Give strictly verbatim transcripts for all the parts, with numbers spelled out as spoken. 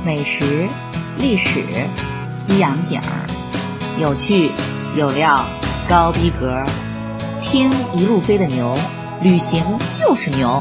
美食、历史、西洋景儿，有趣有料，高逼格。听一路飞的牛，旅行就是牛。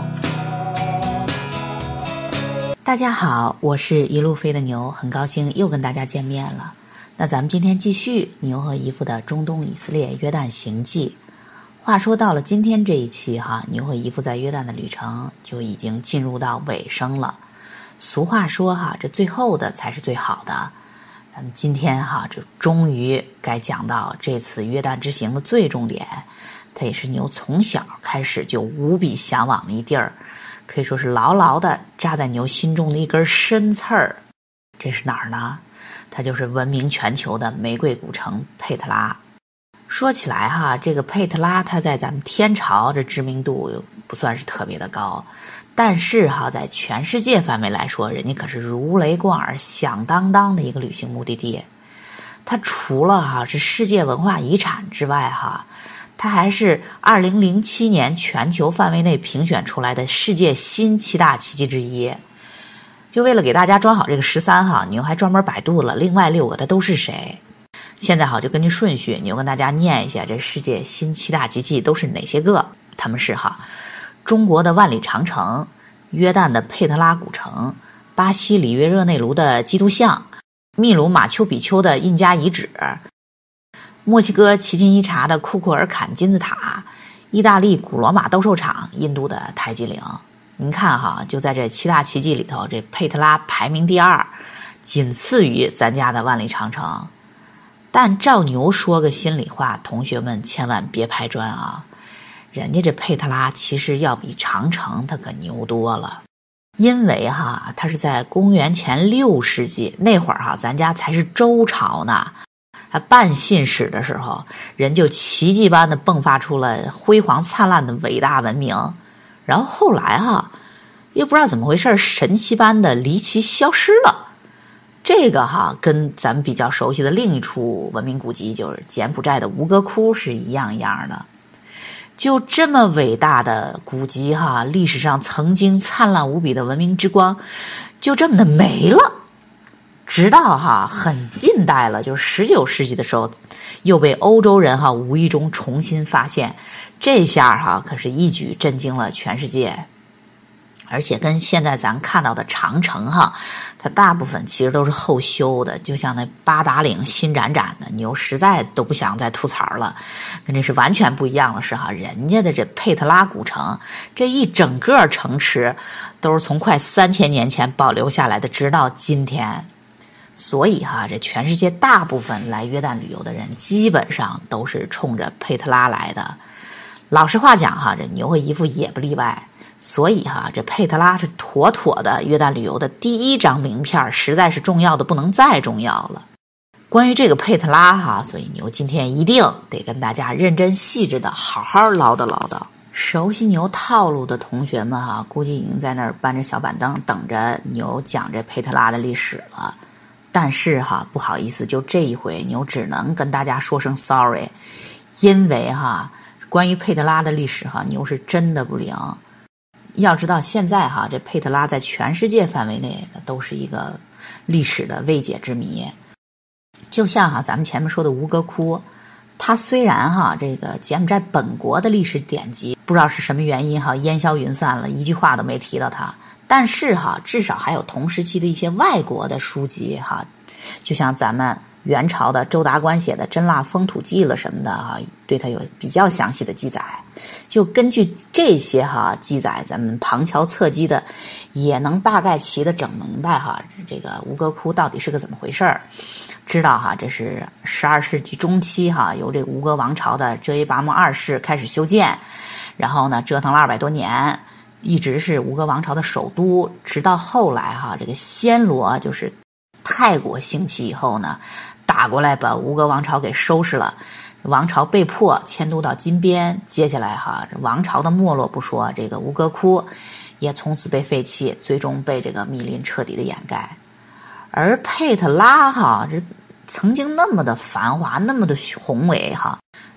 大家好，我是一路飞的牛，很高兴又跟大家见面了。那咱们今天继续牛和姨夫的中东以色列约旦行记。话说到了今天这一期哈，牛和姨夫在约旦的旅程就已经进入到尾声了。俗话说哈，这最后的才是最好的。咱们今天哈，就终于该讲到这次约旦之行的最重点，它也是牛从小开始就无比向往的一地儿，可以说是牢牢的扎在牛心中的一根深刺儿。这是哪儿呢？它就是闻名全球的玫瑰古城佩特拉。说起来哈，这个佩特拉它在咱们天朝这知名度不算是特别的高，但是哈，在全世界范围来说，人家可是如雷贯耳、响当当的一个旅行目的地。它除了哈是世界文化遗产之外哈，它还是二零零七年全球范围内评选出来的世界新七大奇迹之一。就为了给大家装好这个十三哈，牛还专门百度了另外六个它都是谁。现在好，就根据顺序，牛跟大家念一下这世界新七大奇迹都是哪些个。他们是哈，中国的万里长城，约旦的佩特拉古城，巴西里约热内卢的基督像，秘鲁马丘比丘的印加遗址，墨西哥奇琴伊察的库库尔坎金字塔，意大利古罗马斗兽场，印度的泰姬陵。您看哈，就在这七大奇迹里头，这佩特拉排名第二，仅次于咱家的万里长城。但照牛说个心里话，同学们千万别拍砖啊！人家这佩特拉其实要比长城它可牛多了，因为哈，它是在公元前六世纪那会儿哈，咱家才是周朝呢，啊，半信史的时候，人就奇迹般的迸发出了辉煌灿烂的伟大文明，然后后来哈，又不知道怎么回事，神奇般的离奇消失了。这个哈跟咱们比较熟悉的另一处文明古迹，就是柬埔寨的吴哥窟是一样一样的。就这么伟大的古迹哈，历史上曾经灿烂无比的文明之光，就这么的没了。直到哈很近代了，就是十九世纪的时候，又被欧洲人哈无意中重新发现，这下哈可是一举震惊了全世界。而且跟现在咱看到的长城哈，它大部分其实都是后修的，就像那八达岭新展展的，牛实在都不想再吐槽了。跟这是完全不一样的是哈，人家的这佩特拉古城这一整个城池都是从快三千年前保留下来的，直到今天。所以哈，这全世界大部分来约旦旅游的人基本上都是冲着佩特拉来的。老实话讲哈，这牛和姨夫也不例外。所以哈，这佩特拉是妥妥的约旦旅游的第一张名片，实在是重要的不能再重要了。关于这个佩特拉哈，所以牛今天一定得跟大家认真细致的好好唠叨唠叨。熟悉牛套路的同学们哈，估计已经在那儿搬着小板凳等着牛讲这佩特拉的历史了。但是哈，不好意思，就这一回牛只能跟大家说声 sorry， 因为哈，关于佩特拉的历史哈，牛是真的不灵。要知道现在哈，这佩特拉在全世界范围内都是一个历史的未解之谜。就像哈咱们前面说的吴哥窟，它虽然哈这个柬埔寨本国的历史典籍不知道是什么原因哈烟消云散了，一句话都没提到它，但是哈至少还有同时期的一些外国的书籍哈，就像咱们元朝的周达观写的《真腊风土记》了什么的哈，对它有比较详细的记载。就根据这些哈记载，咱们旁敲侧击的也能大概齐的整明白哈，这个吴哥窟到底是个怎么回事儿。知道哈，这是十二世纪中期哈，由这个吴哥王朝的遮耶拔木二世开始修建，然后呢折腾了二百多年，一直是吴哥王朝的首都，直到后来哈，这个暹罗就是泰国兴起以后呢，打过来把吴哥王朝给收拾了。王朝被迫迁都到金边，接下来哈，这王朝的没落不说，这个吴哥窟也从此被废弃，最终被这个密林彻底的掩盖。而佩特拉哈，这曾经那么的繁华，那么的宏伟哈，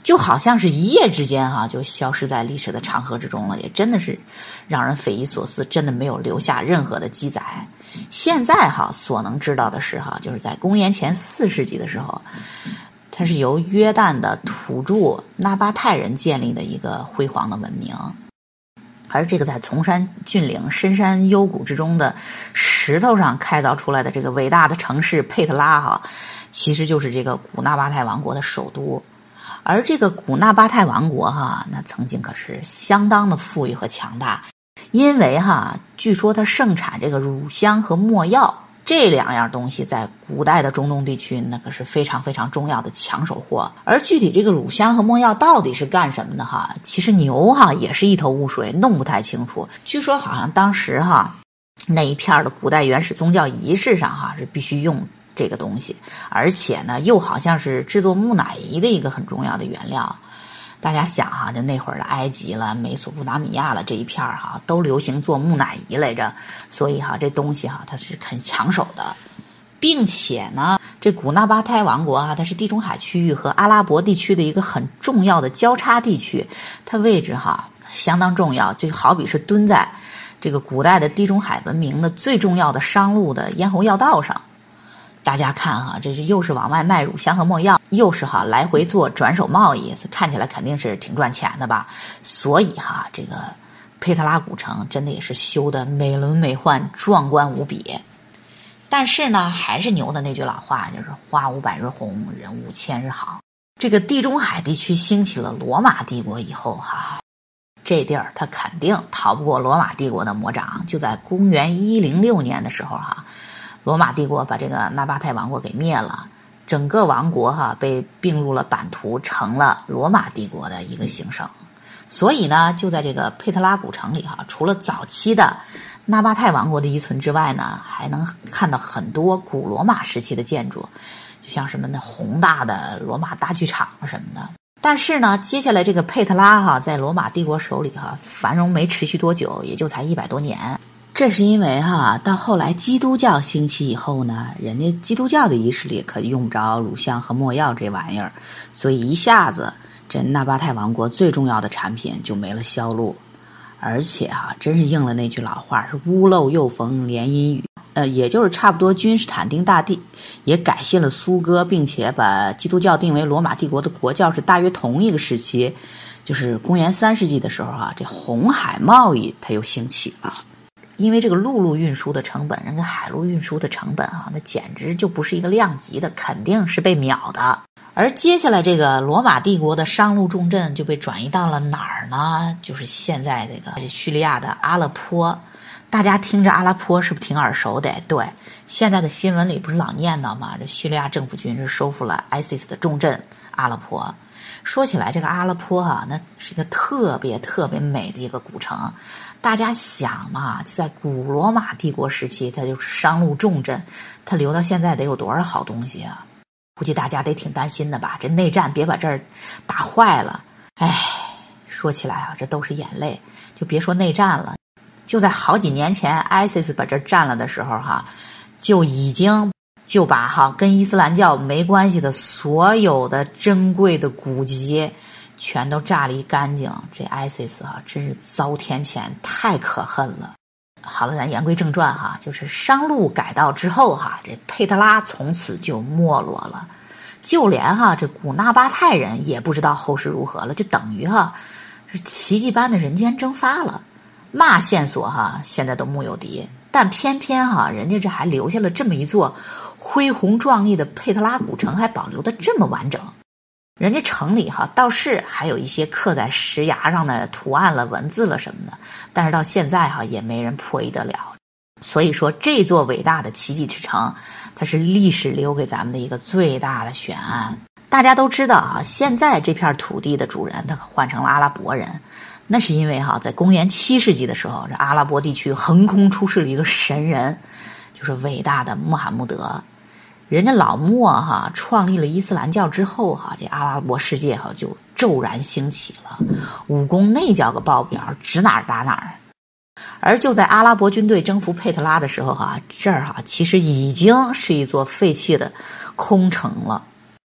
就好像是一夜之间哈、啊、就消失在历史的长河之中了，也真的是让人匪夷所思，真的没有留下任何的记载。现在哈、啊、所能知道的是哈、啊，就是在公元前四世纪的时候，它是由约旦的土著纳巴泰人建立的一个辉煌的文明。而这个在崇山峻岭、深山幽谷之中的石头上开凿出来的这个伟大的城市佩特拉哈，其实就是这个古纳巴泰王国的首都。而这个古纳巴泰王国哈，那曾经可是相当的富裕和强大，因为哈，据说它盛产这个乳香和没药这两样东西，在古代的中东地区那可是非常非常重要的抢手货。而具体这个乳香和没药到底是干什么的哈，其实牛哈也是一头雾水，弄不太清楚。据说好像当时哈那一片的古代原始宗教仪式上哈是必须用这个东西，而且呢又好像是制作木乃伊的一个很重要的原料。大家想哈，就那会儿的埃及了、美索不达米亚了这一片哈，都流行做木乃伊来着，所以哈这东西哈它是很抢手的，并且呢，这古纳巴泰王国啊，它是地中海区域和阿拉伯地区的一个很重要的交叉地区，它位置哈相当重要，就好比是蹲在这个古代的地中海文明的最重要的商路的咽喉要道上。大家看哈，这是又是往外卖乳香和没药，又是哈来回做转手贸易，看起来肯定是挺赚钱的吧。所以哈，这个佩特拉古城真的也是修得美轮美奂、壮观无比。但是呢，还是牛的那句老话，就是花无百日红，人无千日好。这个地中海地区兴起了罗马帝国以后哈，这地儿它肯定逃不过罗马帝国的魔掌。就在公元一零六年的时候哈，罗马帝国把这个纳巴泰王国给灭了，整个王国哈被并入了版图，成了罗马帝国的一个行省。所以呢，就在这个佩特拉古城里哈，除了早期的纳巴泰王国的遗存之外呢，还能看到很多古罗马时期的建筑，就像什么那宏大的罗马大剧场什么的。但是呢，接下来这个佩特拉哈在罗马帝国手里哈繁荣没持续多久，也就才一百多年。这是因为哈，到后来基督教兴起以后呢，人家基督教的仪式里可用不着乳香和没药这玩意儿，所以一下子这纳巴泰王国最重要的产品就没了销路。而且哈，真是应了那句老话，是屋漏又逢连阴雨。呃，也就是差不多君士坦丁大帝也改信了苏哥，并且把基督教定为罗马帝国的国教，是大约同一个时期，就是公元三世纪的时候啊，这红海贸易它又兴起了。因为这个陆路运输的成本，人跟海路运输的成本啊，那简直就不是一个量级的，肯定是被秒的。而接下来这个罗马帝国的商路重镇就被转移到了哪儿呢？就是现在这个叙利亚的阿勒颇。大家听着阿勒颇是不是挺耳熟的？对，现在的新闻里不是老念叨吗？这叙利亚政府军是收复了 I S I S 的重镇阿勒颇。说起来这个阿勒颇啊，那是一个特别特别美的一个古城。大家想嘛，就在古罗马帝国时期，它就是商路重镇，它留到现在得有多少好东西啊？估计大家得挺担心的吧，这内战别把这儿打坏了。唉，说起来啊，这都是眼泪，就别说内战了，就在好几年前 I S I S 把这儿占了的时候哈，就已经就把哈跟伊斯兰教没关系的所有的珍贵的古籍全都炸了一干净。这 I S I S 哈真是遭天谴，太可恨了。好了，咱言归正传哈，就是商路改道之后哈，这佩特拉从此就没落了，就连哈这古纳巴泰人也不知道后事如何了，就等于哈是奇迹般的人间蒸发了。嘛线索哈现在都木有敌，但偏偏哈人家这还留下了这么一座恢宏壮丽的佩特拉古城，还保留的这么完整。人家城里哈倒是还有一些刻在石崖上的图案了、文字了什么的，但是到现在哈也没人破译得了。所以说这座伟大的奇迹之城，它是历史留给咱们的一个最大的悬案。大家都知道啊，现在这片土地的主人他换成了阿拉伯人，那是因为哈在公元七世纪的时候，这阿拉伯地区横空出世了一个神人，就是伟大的穆罕默德。人家老穆哈创立了伊斯兰教之后哈，这阿拉伯世界哈就骤然兴起了，武功那叫个爆表，指哪儿打哪儿。而就在阿拉伯军队征服佩特拉的时候哈，这儿哈其实已经是一座废弃的空城了。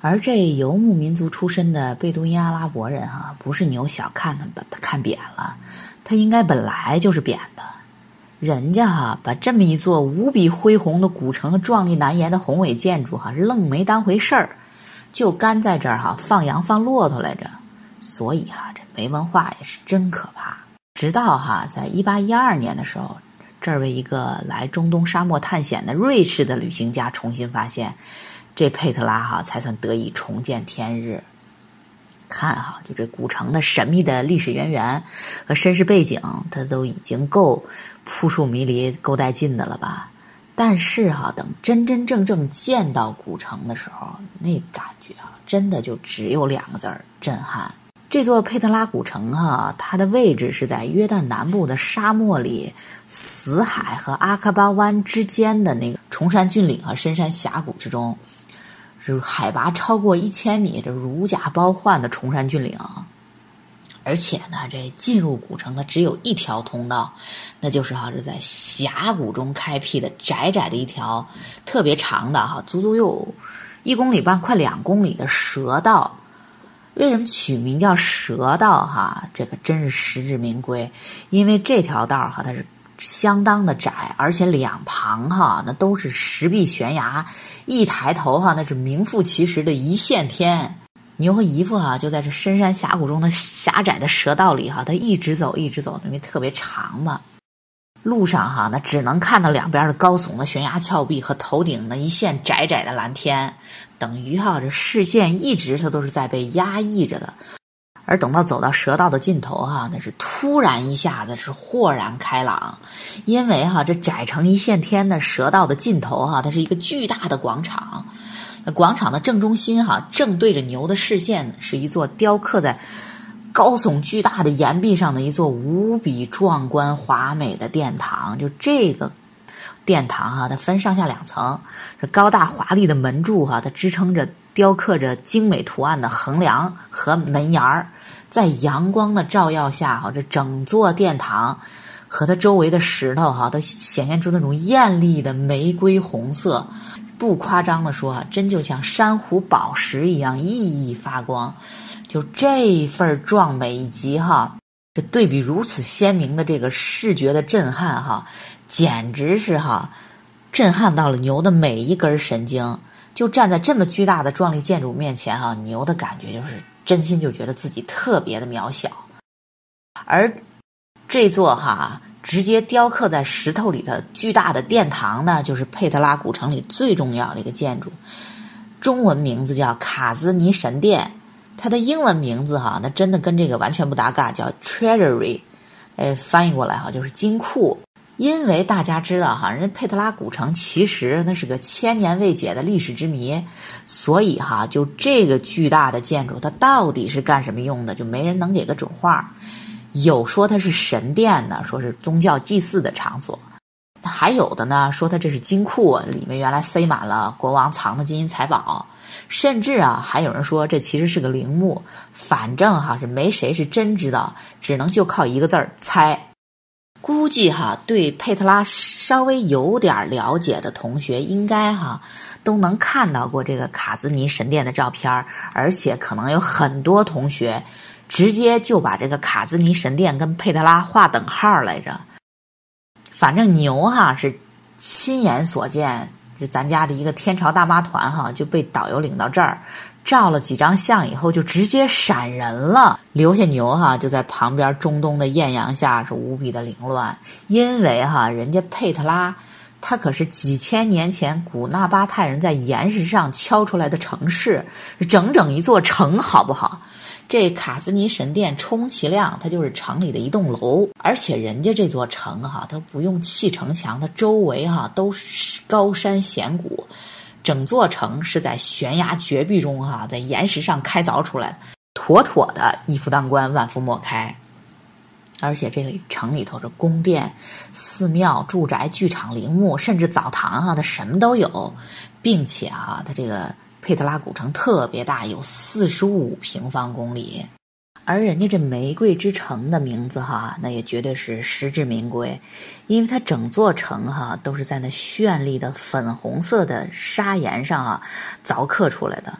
而这游牧民族出身的贝都因阿拉伯人哈、啊，不是牛小看他把他看扁了，他应该本来就是扁的。人家哈、啊、把这么一座无比恢宏的古城和壮丽难言的宏伟建筑哈、啊，愣没当回事儿，就干在这儿哈、啊、放羊放骆驼来着。所以哈、啊，这没文化也是真可怕。直到哈、啊，在一八一二年的时候，这儿为一个来中东沙漠探险的瑞士的旅行家重新发现。这佩特拉哈才算得以重见天日。看哈，就这古城的神秘的历史渊源和身世背景，它都已经够扑朔迷离、够带劲的了吧？但是哈，等真真正正见到古城的时候，那感觉啊，真的就只有两个字儿：震撼。这座佩特拉古城哈，它的位置是在约旦南部的沙漠里，死海和阿喀巴湾之间的那个崇山峻岭和深山峡谷之中。是海拔超过一千米，这如假包换的崇山峻岭，而且呢，这进入古城它只有一条通道，那就是哈是在峡谷中开辟的窄窄的一条特别长的哈，足足有一公里半，快两公里的蛇道。为什么取名叫蛇道哈？这个真是实至名归，因为这条道哈它是相当的窄，而且两旁哈那都是石壁悬崖，一抬头哈那是名副其实的一线天。牛和姨父哈就在这深山峡谷中的狭窄的蛇道里哈，他一直走一直走，因为特别长嘛。路上哈那只能看到两边的高耸的悬崖峭壁和头顶的一线窄窄的蓝天，等于哈这视线一直它都是在被压抑着的。而等到走到蛇道的尽头哈，那是突然一下子是豁然开朗，因为哈这窄成一线天的蛇道的尽头哈，它是一个巨大的广场。那广场的正中心哈，正对着牛的视线是一座雕刻在高耸巨大的岩壁上的一座无比壮观华美的殿堂。就这个殿堂哈，它分上下两层，是高大华丽的门柱哈，它支撑着雕刻着精美图案的横梁和门檐儿，在阳光的照耀下哈，这整座殿堂和它周围的石头哈，都显现出那种艳丽的玫瑰红色。不夸张的说啊，真就像珊瑚宝石一样熠熠发光。就这份壮美以及哈，这对比如此鲜明的这个视觉的震撼哈，简直是哈震撼到了牛的每一根神经。就站在这么巨大的壮丽建筑面前哈，牛的感觉就是真心就觉得自己特别的渺小。而这座哈直接雕刻在石头里的巨大的殿堂呢，就是佩特拉古城里最重要的一个建筑，中文名字叫卡兹尼神殿，它的英文名字哈那真的跟这个完全不搭嘎，叫 Treasury， 呃，翻译过来哈就是金库。因为大家知道哈，人家佩特拉古城其实那是个千年未解的历史之谜，所以哈，就这个巨大的建筑它到底是干什么用的，就没人能给个准话。有说它是神殿的，说是宗教祭祀的场所，还有的呢说它这是金库，里面原来塞满了国王藏的金银财宝，甚至啊还有人说这其实是个陵墓。反正哈是没谁是真知道，只能就靠一个字儿猜。估计哈对佩特拉稍微有点了解的同学应该哈都能看到过这个卡兹尼神殿的照片，而且可能有很多同学直接就把这个卡兹尼神殿跟佩特拉划等号来着。反正牛哈是亲眼所见，是咱家的一个天朝大妈团哈就被导游领到这儿，照了几张相以后就直接闪人了，留下牛哈就在旁边中东的艳阳下是无比的凌乱。因为哈人家佩特拉它可是几千年前古纳巴泰人在岩石上敲出来的城市，整整一座城好不好？这卡兹尼神殿充其量它就是城里的一栋楼，而且人家这座城哈它不用砌城墙，它周围哈都是高山险谷，整座城是在悬崖绝壁中哈在岩石上开凿出来的，妥妥的一夫当关万夫莫开。而且这里城里头的宫殿、寺庙、住宅、剧场、陵墓，甚至澡堂啊，它什么都有，并且啊，它这个佩特拉古城特别大，有四十五平方公里。而人家这玫瑰之城的名字哈，那也绝对是实至名归，因为它整座城哈都是在那绚丽的粉红色的砂岩上啊凿刻出来的。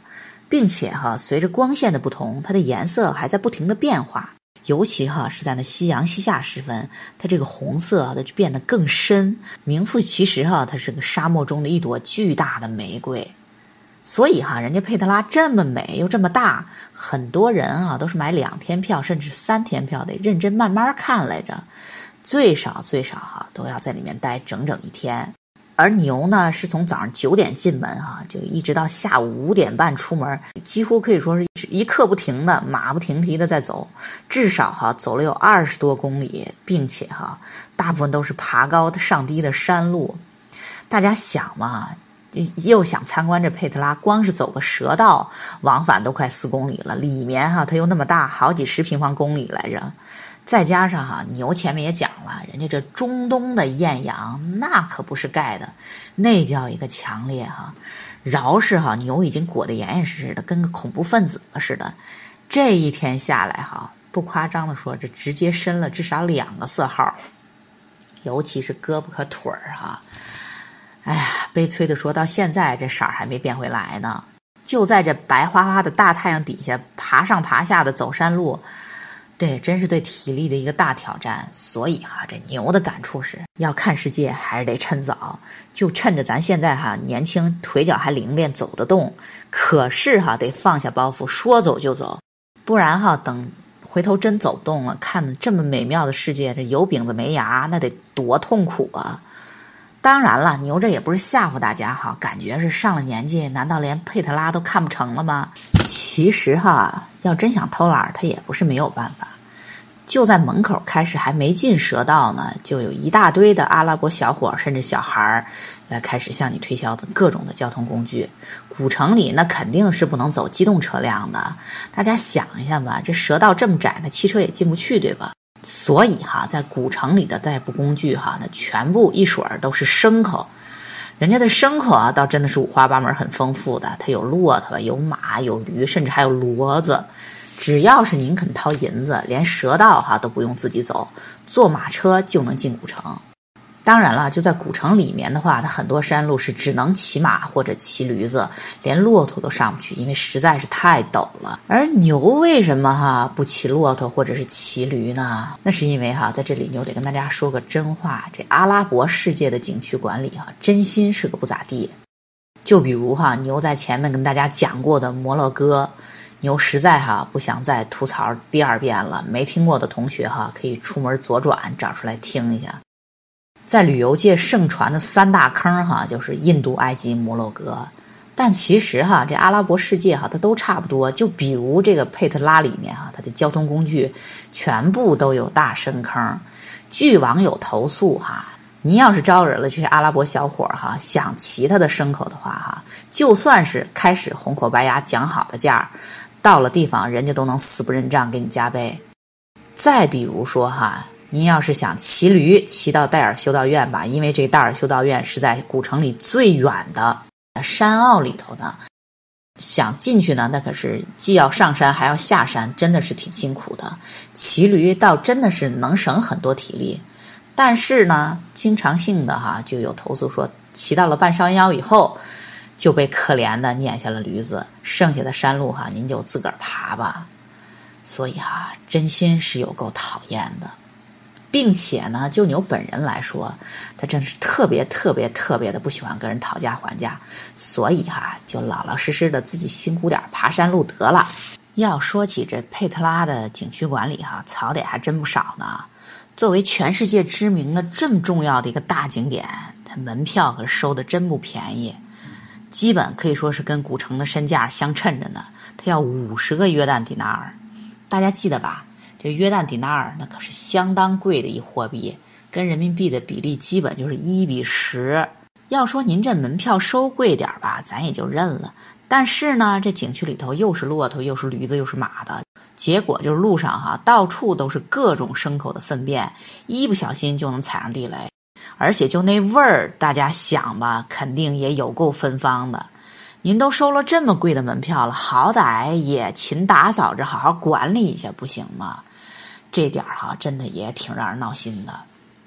并且哈，随着光线的不同，它的颜色还在不停的变化。尤其哈是在那夕阳西下时分，它这个红色啊，它就变得更深，名副其实哈，它是个沙漠中的一朵巨大的玫瑰。所以哈，人家佩特拉这么美又这么大，很多人啊都是买两天票甚至三天票，得认真慢慢看来着，最少最少哈都要在里面待整整一天。而牛呢，是从早上九点进门哈、啊，就一直到下午五点半出门，几乎可以说是一刻不停的、马不停蹄的在走，至少哈、啊、走了有二十多公里，并且哈、啊、大部分都是爬高上低的山路。大家想嘛，又想参观这佩特拉，光是走个蛇道往返都快四公里了，里面哈、啊、它又那么大，好几十平方公里来着。再加上哈、啊，牛前面也讲了，人家这中东的艳阳那可不是盖的，那叫一个强烈哈、啊。饶是哈、啊、牛已经裹得严严实实的，跟个恐怖分子了似的。这一天下来哈、啊，不夸张的说，这直接深了至少两个色号，尤其是胳膊和腿儿哈。哎呀，悲催的说，到现在这色儿还没变回来呢。就在这白花花的大太阳底下爬上爬下的走山路。对，真是对体力的一个大挑战。所以哈，这牛的感触是要看世界还是得趁早，就趁着咱现在哈年轻，腿脚还灵便，走得动。可是哈，得放下包袱，说走就走，不然哈，等回头真走不动了，看这么美妙的世界，这有饼子没牙，那得多痛苦啊！当然了，牛这也不是吓唬大家哈，感觉是上了年纪，难道连佩特拉都看不成了吗？其实哈，要真想偷懒，他也不是没有办法。就在门口开始还没进蛇道呢，就有一大堆的阿拉伯小伙甚至小孩来开始向你推销的各种的交通工具。古城里那肯定是不能走机动车辆的，大家想一下吧，这蛇道这么窄，那汽车也进不去，对吧？所以哈，在古城里的代步工具哈，那全部一水儿都是牲口。人家的牲口啊，倒真的是五花八门，很丰富的。它有骆驼，有马，有驴，甚至还有骡子。只要是您肯掏银子，连蛇道哈都不用自己走，坐马车就能进古城。当然了，就在古城里面的话，它很多山路是只能骑马或者骑驴子，连骆驼都上不去，因为实在是太陡了。而牛为什么哈不骑骆驼或者是骑驴呢？那是因为哈，在这里牛得跟大家说个真话，这阿拉伯世界的景区管理哈，真心是个不咋地。就比如哈，牛在前面跟大家讲过的摩洛哥，牛实在哈不想再吐槽第二遍了，没听过的同学哈可以出门左转找出来听一下。在旅游界盛传的三大坑哈，就是印度、埃及、摩洛哥。但其实哈，这阿拉伯世界哈，它都差不多。就比如这个佩特拉里面哈，它的交通工具全部都有大深坑。据网友投诉哈，您要是招惹了这些阿拉伯小伙哈，想骑他的牲口的话哈，就算是开始红口白牙讲好的价，到了地方人家都能死不认账给你加倍。再比如说哈，您要是想骑驴骑到戴尔修道院吧，因为这戴尔修道院是在古城里最远的山坳里头的，想进去呢，那可是既要上山还要下山，真的是挺辛苦的。骑驴倒真的是能省很多体力，但是呢，经常性的哈就有投诉说，骑到了半山腰以后，就被可怜的撵下了驴子，剩下的山路哈，您就自个儿爬吧。所以哈，真心是有够讨厌的。并且呢，就牛本人来说，他真的是特别特别特别的不喜欢跟人讨价还价，所以哈，就老老实实的自己辛苦点爬山路得了。要说起这佩特拉的景区管理哈，槽点还真不少呢。作为全世界知名的这么重要的一个大景点，它门票可收的真不便宜，基本可以说是跟古城的身价相称着呢。它要五十个约旦迪纳尔，大家记得吧？这约旦迪纳尔那可是相当贵的一货币，跟人民币的比例基本就是一比十。要说您这门票收贵点吧，咱也就认了。但是呢，这景区里头又是骆驼，又是驴子，又是马的，结果就是路上哈，到处都是各种牲口的粪便，一不小心就能踩上地雷。而且就那味儿，大家想吧，肯定也有够芬芳的。您都收了这么贵的门票了，好歹也勤打扫着，好好管理一下不行吗？这点哈，真的也挺让人闹心的。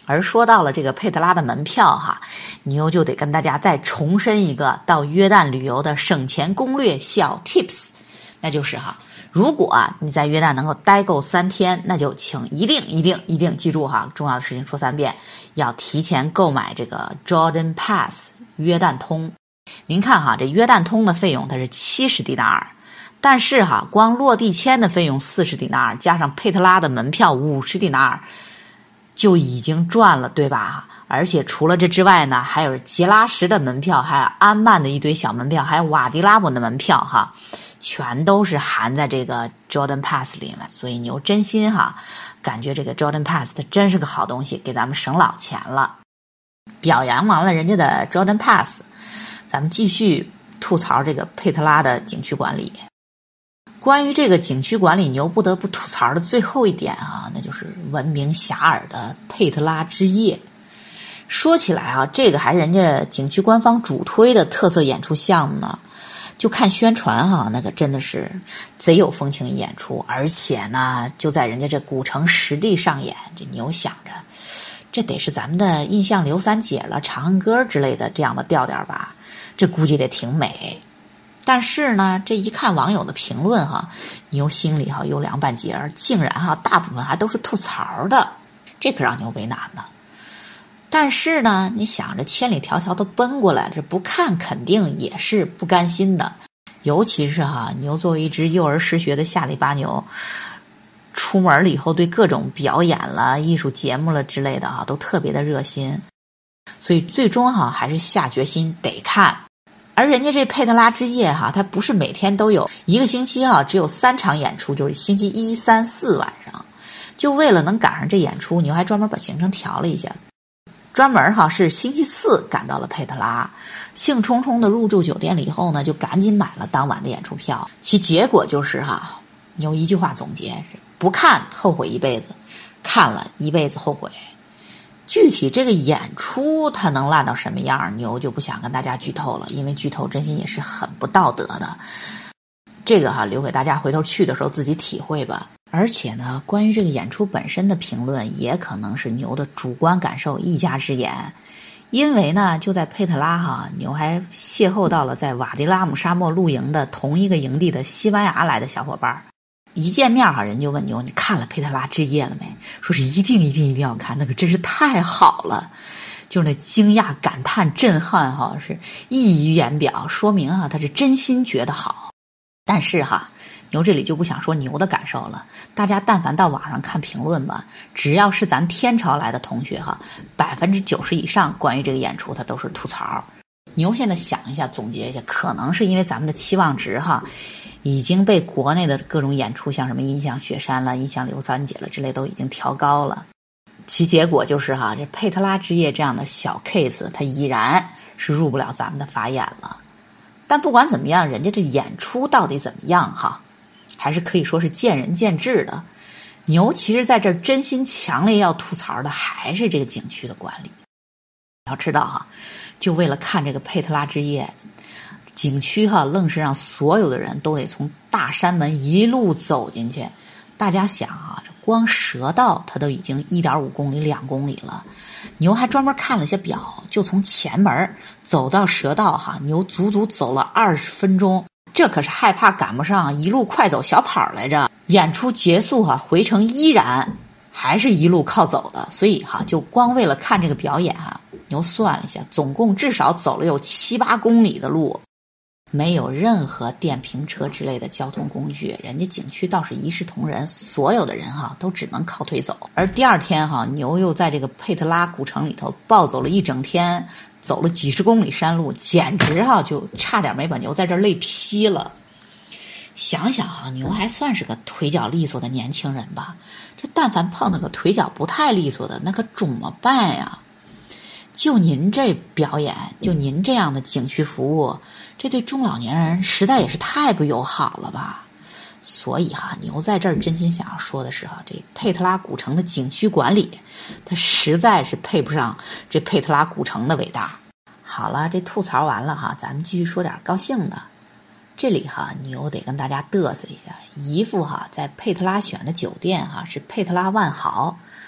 而说到了这个佩特拉的门票哈，牛就得跟大家再重申一个到约旦旅游的省钱攻略小 tips， 那就是哈，如果啊你在约旦能够待够三天，那就请一定一定一定记住哈，重要的事情说三遍，要提前购买这个 Jordan Pass 约旦通。您看哈，这约旦通的费用它是七十迪纳尔，但是哈，光落地签的费用四十迪纳尔，加上佩特拉的门票五十迪纳尔，就已经赚了，对吧？而且除了这之外呢，还有杰拉什的门票，还有安曼的一堆小门票，还有瓦迪拉姆的门票哈，全都是含在这个 Jordan Pass 里面。所以牛真心哈，感觉这个 Jordan Pass 它真是个好东西，给咱们省老钱了。表扬完了人家的 Jordan Pass， 咱们继续吐槽这个佩特拉的景区管理。关于这个景区管理，牛不得不吐槽的最后一点啊，那就是闻名遐迩的佩特拉之夜。说起来啊，这个还是人家景区官方主推的特色演出项目呢。就看宣传哈、啊，那个真的是贼有风情演出，而且呢，就在人家这古城实地上演。这牛想着，这得是咱们的印象刘三姐了、长恨歌之类的这样的调调吧？这估计得挺美。但是呢，这一看网友的评论哈，牛心里哈有两半截儿，竟然哈大部分还都是吐槽的，这可让牛为难呢。但是呢，你想着千里迢迢都奔过来了，这不看肯定也是不甘心的。尤其是哈牛作为一只幼儿失学的下里巴牛，出门了以后对各种表演了、艺术节目了之类的哈都特别的热心，所以最终哈还是下决心得看。而人家这佩特拉之夜哈，它不是每天都有，一个星期哈只有三场演出，就是星期一、三、四晚上。就为了能赶上这演出，牛还专门把行程调了一下，专门哈是星期四赶到了佩特拉，兴冲冲的入住酒店了以后呢，就赶紧买了当晚的演出票。其结果就是哈，牛一句话总结是：不看后悔一辈子，看了一辈子后悔。具体这个演出它能烂到什么样，牛就不想跟大家剧透了，因为剧透真心也是很不道德的。这个哈留给大家回头去的时候自己体会吧。而且呢，关于这个演出本身的评论也可能是牛的主观感受、一家之言。因为呢，就在佩特拉哈，牛还邂逅到了在瓦迪拉姆沙漠露营的同一个营地的西班牙来的小伙伴。一见面哈，人就问牛：“你看了佩特拉之夜了没？”说是一定一定一定要看，那个真是太好了，就是那惊讶、感叹、震撼哈，是溢于言表，说明哈他是真心觉得好。但是哈，牛这里就不想说牛的感受了。大家但凡到网上看评论吧，只要是咱天朝来的同学哈，百分之九十以上关于这个演出他都是吐槽。牛现在想一下，总结一下，可能是因为咱们的期望值哈。已经被国内的各种演出，像什么音响雪山了、音响刘三姐了之类都已经调高了，其结果就是哈，这佩特拉之夜这样的小 case， 它依然是入不了咱们的法眼了。但不管怎么样，人家这演出到底怎么样哈，还是可以说是见仁见智的。牛其实在这儿真心强烈要吐槽的还是这个景区的管理。要知道哈，就为了看这个佩特拉之夜。景区哈，愣是让所有的人都得从大山门一路走进去。大家想啊，这光蛇道它都已经 一点五公里、两公里了。牛还专门看了一下表，就从前门走到蛇道哈，牛足足走了二十分钟。这可是害怕赶不上，一路快走小跑来着。演出结束哈，回程依然还是一路靠走的。所以哈，就光为了看这个表演哈，牛算了一下，总共至少走了有七八公里的路。没有任何电瓶车之类的交通工具，人家景区倒是一视同仁，所有的人哈都只能靠腿走。而第二天哈，牛又在这个佩特拉古城里头暴走了一整天，走了几十公里山路，简直哈就差点没把牛在这儿累劈了。想想哈，牛还算是个腿脚利索的年轻人吧，这但凡碰到个腿脚不太利索的，那可怎么办呀？就您这表演，就您这样的景区服务，这对中老年人实在也是太不友好了吧。所以哈，牛在这儿真心想要说的是哈，这佩特拉古城的景区管理，它实在是配不上这佩特拉古城的伟大。好了，这吐槽完了哈，咱们继续说点高兴的。这里哈，牛得跟大家嘚瑟一下，姨父哈在佩特拉选的酒店哈是佩特拉万豪。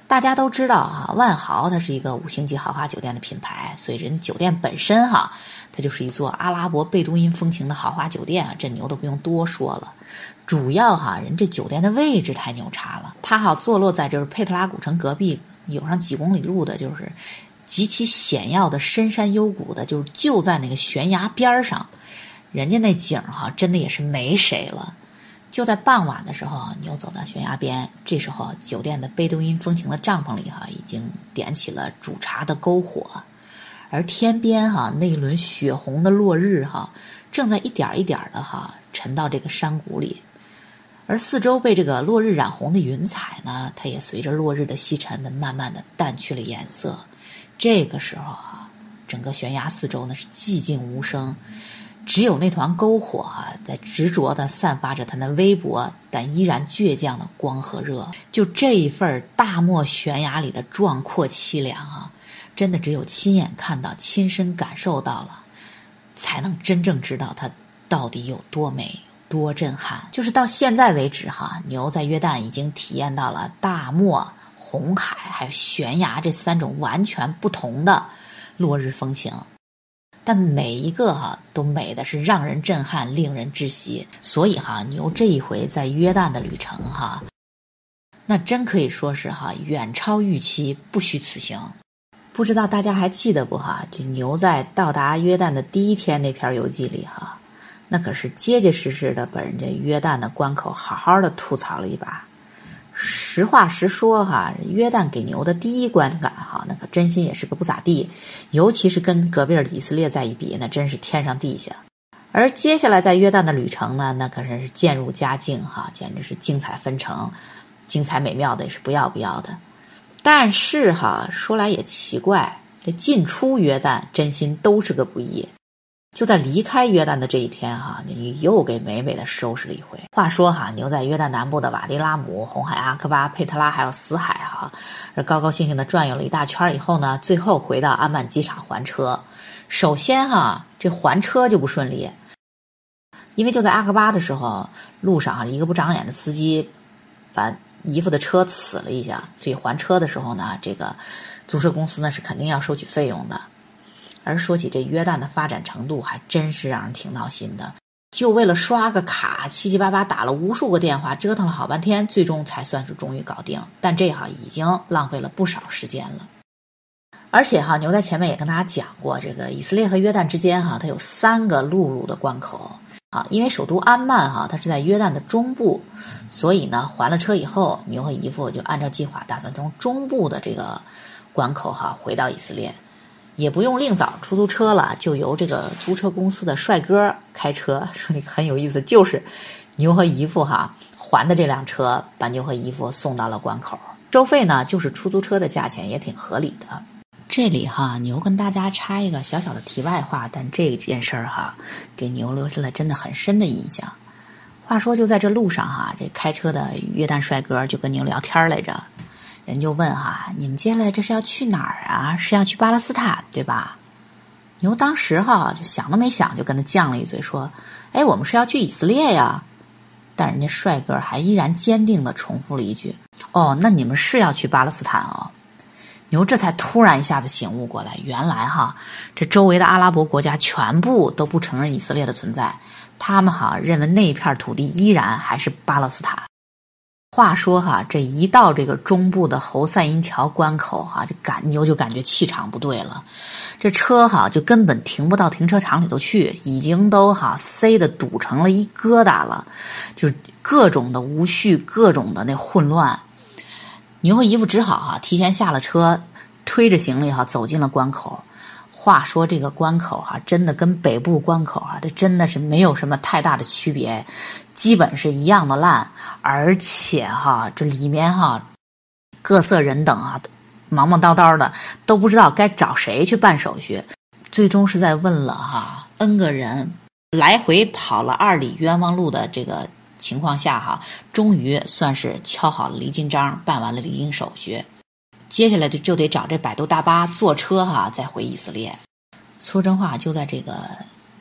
大家都知道哈，万豪它是一个五星级豪华酒店的品牌，所以人酒店本身哈，它就是一座阿拉伯贝都因风情的豪华酒店啊，这牛都不用多说了。主要哈，人这酒店的位置太牛叉了，它哈坐落在就是佩特拉古城隔壁，有上几公里路的，就是极其险要的深山幽谷的，就是就在那个悬崖边上，人家那景哈真的也是没谁了。就在傍晚的时候，牛走到悬崖边，这时候酒店的贝都因风情的帐篷里哈，已经点起了煮茶的篝火，而天边哈那一轮血红的落日哈，正在一点一点的哈沉到这个山谷里，而四周被这个落日染红的云彩呢，它也随着落日的西沉的慢慢的淡去了颜色。这个时候哈，整个悬崖四周呢是寂静无声。只有那团篝火哈、啊，在执着地散发着它那微薄但依然倔强的光和热。就这一份大漠悬崖里的壮阔凄凉啊，真的只有亲眼看到、亲身感受到了，才能真正知道它到底有多美、多震撼。就是到现在为止哈，牛在约旦已经体验到了大漠、红海还有悬崖这三种完全不同的落日风情。但每一个哈都美的是让人震撼，令人窒息。所以哈，牛这一回在约旦的旅程哈，那真可以说是哈远超预期，不虚此行。不知道大家还记得不哈？这牛在到达约旦的第一天那篇游记里哈，那可是结结实实的把人家约旦的关口好好的吐槽了一把。实话实说哈，约旦给牛的第一观感哈，那可真心也是个不咋地，尤其是跟隔壁的以色列在一比，那真是天上地下。而接下来在约旦的旅程呢，那可是渐入佳境哈，简直是精彩纷呈，精彩美妙的也是不要不要的。但是哈，说来也奇怪，这进出约旦真心都是个不易。就在离开约旦的这一天哈，你又给美美的收拾了一回。话说哈，牛在约旦南部的瓦迪拉姆、红海、阿克巴、佩特拉还有死海哈，这高高兴兴的转悠了一大圈以后呢，最后回到安曼机场还车。首先哈，这还车就不顺利，因为就在阿克巴的时候，路上一个不长眼的司机把姨夫的车呲了一下，所以还车的时候呢，这个租车公司呢是肯定要收取费用的。而说起这约旦的发展程度，还真是让人挺闹心的。就为了刷个卡，七七八八打了无数个电话，折腾了好半天，最终才算是终于搞定。但这哈已经浪费了不少时间了。而且哈，牛在前面也跟大家讲过，这个以色列和约旦之间哈，它有三个陆路的关口啊。因为首都安曼哈，它是在约旦的中部，所以呢，还了车以后，牛和姨夫就按照计划打算从中部的这个关口哈回到以色列。也不用另找出租车了，就由这个租车公司的帅哥开车。说很有意思，就是牛和姨夫哈还的这辆车把牛和姨夫送到了关口，收费呢就是出租车的价钱，也挺合理的。这里哈，牛跟大家插一个小小的题外话，但这件事儿哈给牛留下了真的很深的印象。话说就在这路上哈，这开车的约旦帅哥就跟牛聊天来着。人就问哈，你们接下来这是要去哪儿啊？是要去巴勒斯坦对吧？牛当时哈就想都没想，就跟他犟了一嘴说，哎，我们是要去以色列呀。但人家帅哥还依然坚定地重复了一句，哦，那你们是要去巴勒斯坦哦。牛这才突然一下子醒悟过来，原来哈这周围的阿拉伯国家全部都不承认以色列的存在，他们哈认为那一片土地依然还是巴勒斯坦。话说哈，这一到这个中部的侯赛因桥关口哈，就感牛就感觉气场不对了，这车哈就根本停不到停车场里头去，已经都哈塞得堵成了一疙瘩了，就是各种的无序，各种的那混乱。牛和姨夫只好哈提前下了车，推着行李哈走进了关口。话说这个关口哈，真的跟北部关口哈，它真的是没有什么太大的区别，基本是一样的烂。而且哈，这里面哈，各色人等啊，忙忙叨叨的，都不知道该找谁去办手续。最终是在问了哈 N 个人，来回跑了二里冤枉路的这个情况下哈，终于算是敲好了离境章，办完了离境手续。接下来就就得找这百度大巴坐车哈，再回以色列。说真话，就在这个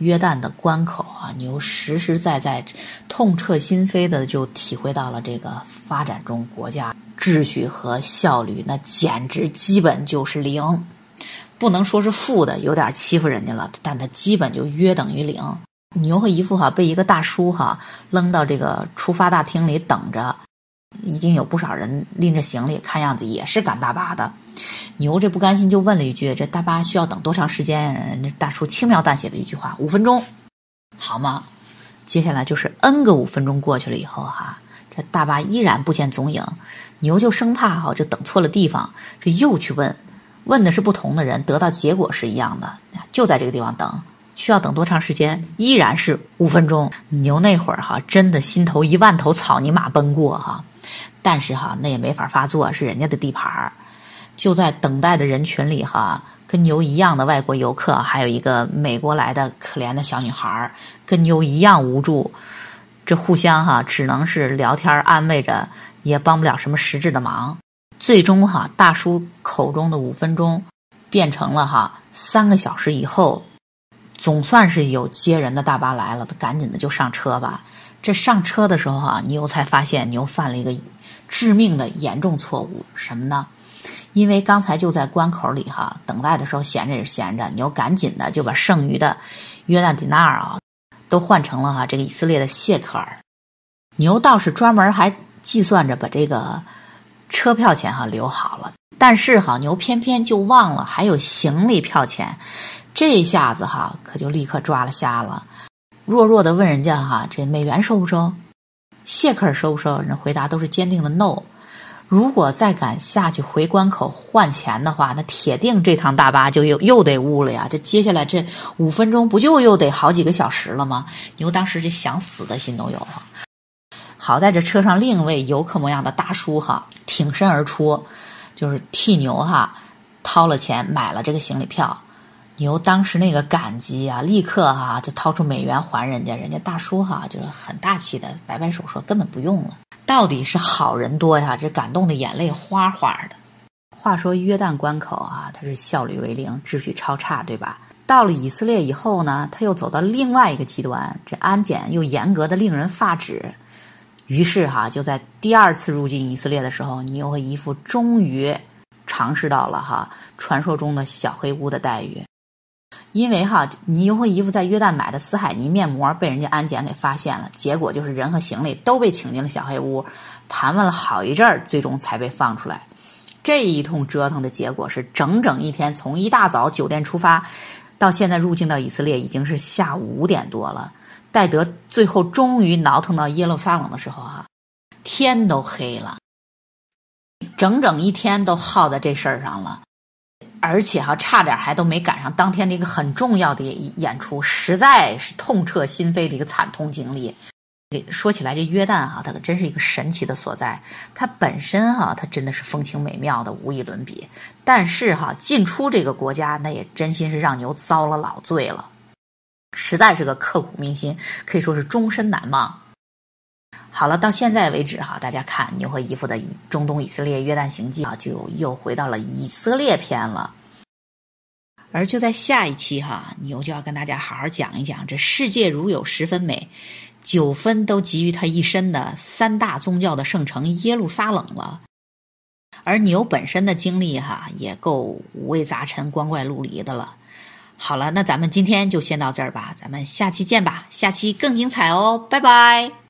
约旦的关口啊，牛实实在在痛彻心扉的就体会到了这个发展中国家秩序和效率那简直基本就是零，不能说是负的，有点欺负人家了，但它基本就约等于零。牛和姨父哈被一个大叔哈扔到这个出发大厅里等着，已经有不少人拎着行李，看样子也是赶大巴的。牛这不甘心就问了一句：“这大巴需要等多长时间？”人家大叔轻描淡写的一句话：“五分钟。”好吗？接下来就是 N 个五分钟过去了以后哈，这大巴依然不见踪影，牛就生怕哈这等错了地方，这又去问，问的是不同的人，得到结果是一样的，就在这个地方等。需要等多长时间？依然是五分钟。牛那会儿哈，真的心头一万头草泥马奔过哈，但是哈那也没法发作，是人家的地盘。就在等待的人群里哈，跟牛一样的外国游客，还有一个美国来的可怜的小女孩，跟牛一样无助，这互相哈只能是聊天安慰着，也帮不了什么实质的忙。最终哈，大叔口中的五分钟变成了哈三个小时以后。总算是有接人的大巴来了，他赶紧的就上车吧。这上车的时候啊，牛才发现牛犯了一个致命的严重错误，什么呢？因为刚才就在关口里哈，等待的时候闲着也是闲着，牛赶紧的就把剩余的约旦迪纳尔啊都换成了哈这个以色列的谢克尔。牛倒是专门还计算着把这个车票钱哈留好了，但是哈牛偏偏就忘了还有行李票钱。这一下子哈，可就立刻抓了瞎了，弱弱的问人家哈，这美元收不收？谢克尔收不收？人回答都是坚定的 no。如果再敢下去回关口换钱的话，那铁定这趟大巴就又又得误了呀！这接下来这五分钟不就又得好几个小时了吗？牛当时这想死的心都有了。好在这车上另一位游客模样的大叔哈，挺身而出，就是替牛哈掏了钱买了这个行李票。牛当时那个感激啊，立刻哈、啊、就掏出美元还人家，人家大叔哈、啊、就是很大气的摆摆手说根本不用了。到底是好人多呀，这感动的眼泪哗哗的。话说约旦关口啊，它是效率为零，秩序超差，对吧？到了以色列以后呢，他又走到另外一个极端，这安检又严格的令人发指。于是哈、啊，就在第二次入境以色列的时候，牛和姨父终于尝试到了哈传说中的小黑屋的待遇。因为哈，牛和姨父在约旦买的斯海尼面膜被人家安检给发现了，结果就是人和行李都被请进了小黑屋，盘问了好一阵儿，最终才被放出来。这一通折腾的结果是整整一天，从一大早酒店出发，到现在入境到以色列已经是下午五点多了。戴德最后终于挠腾到耶路撒冷的时候哈，天都黑了，整整一天都耗在这事儿上了。而且哈，差点还都没赶上当天的一个很重要的演出，实在是痛彻心扉的一个惨痛经历。说起来，这约旦哈，它可真是一个神奇的所在。它本身哈，它真的是风情美妙的，无以伦比。但是哈，进出这个国家，那也真心是让牛遭了老罪了，实在是个刻骨铭心，可以说是终身难忘。好了，到现在为止哈，大家看牛和姨父的中东以色列约旦行记啊，就又回到了以色列篇了。而就在下一期哈，牛就要跟大家好好讲一讲这世界如有十分美，九分都集于他一身的三大宗教的圣城耶路撒冷了。而牛本身的经历哈，也够五味杂陈、光怪陆离的了。好了，那咱们今天就先到这儿吧，咱们下期见吧，下期更精彩哦，拜拜。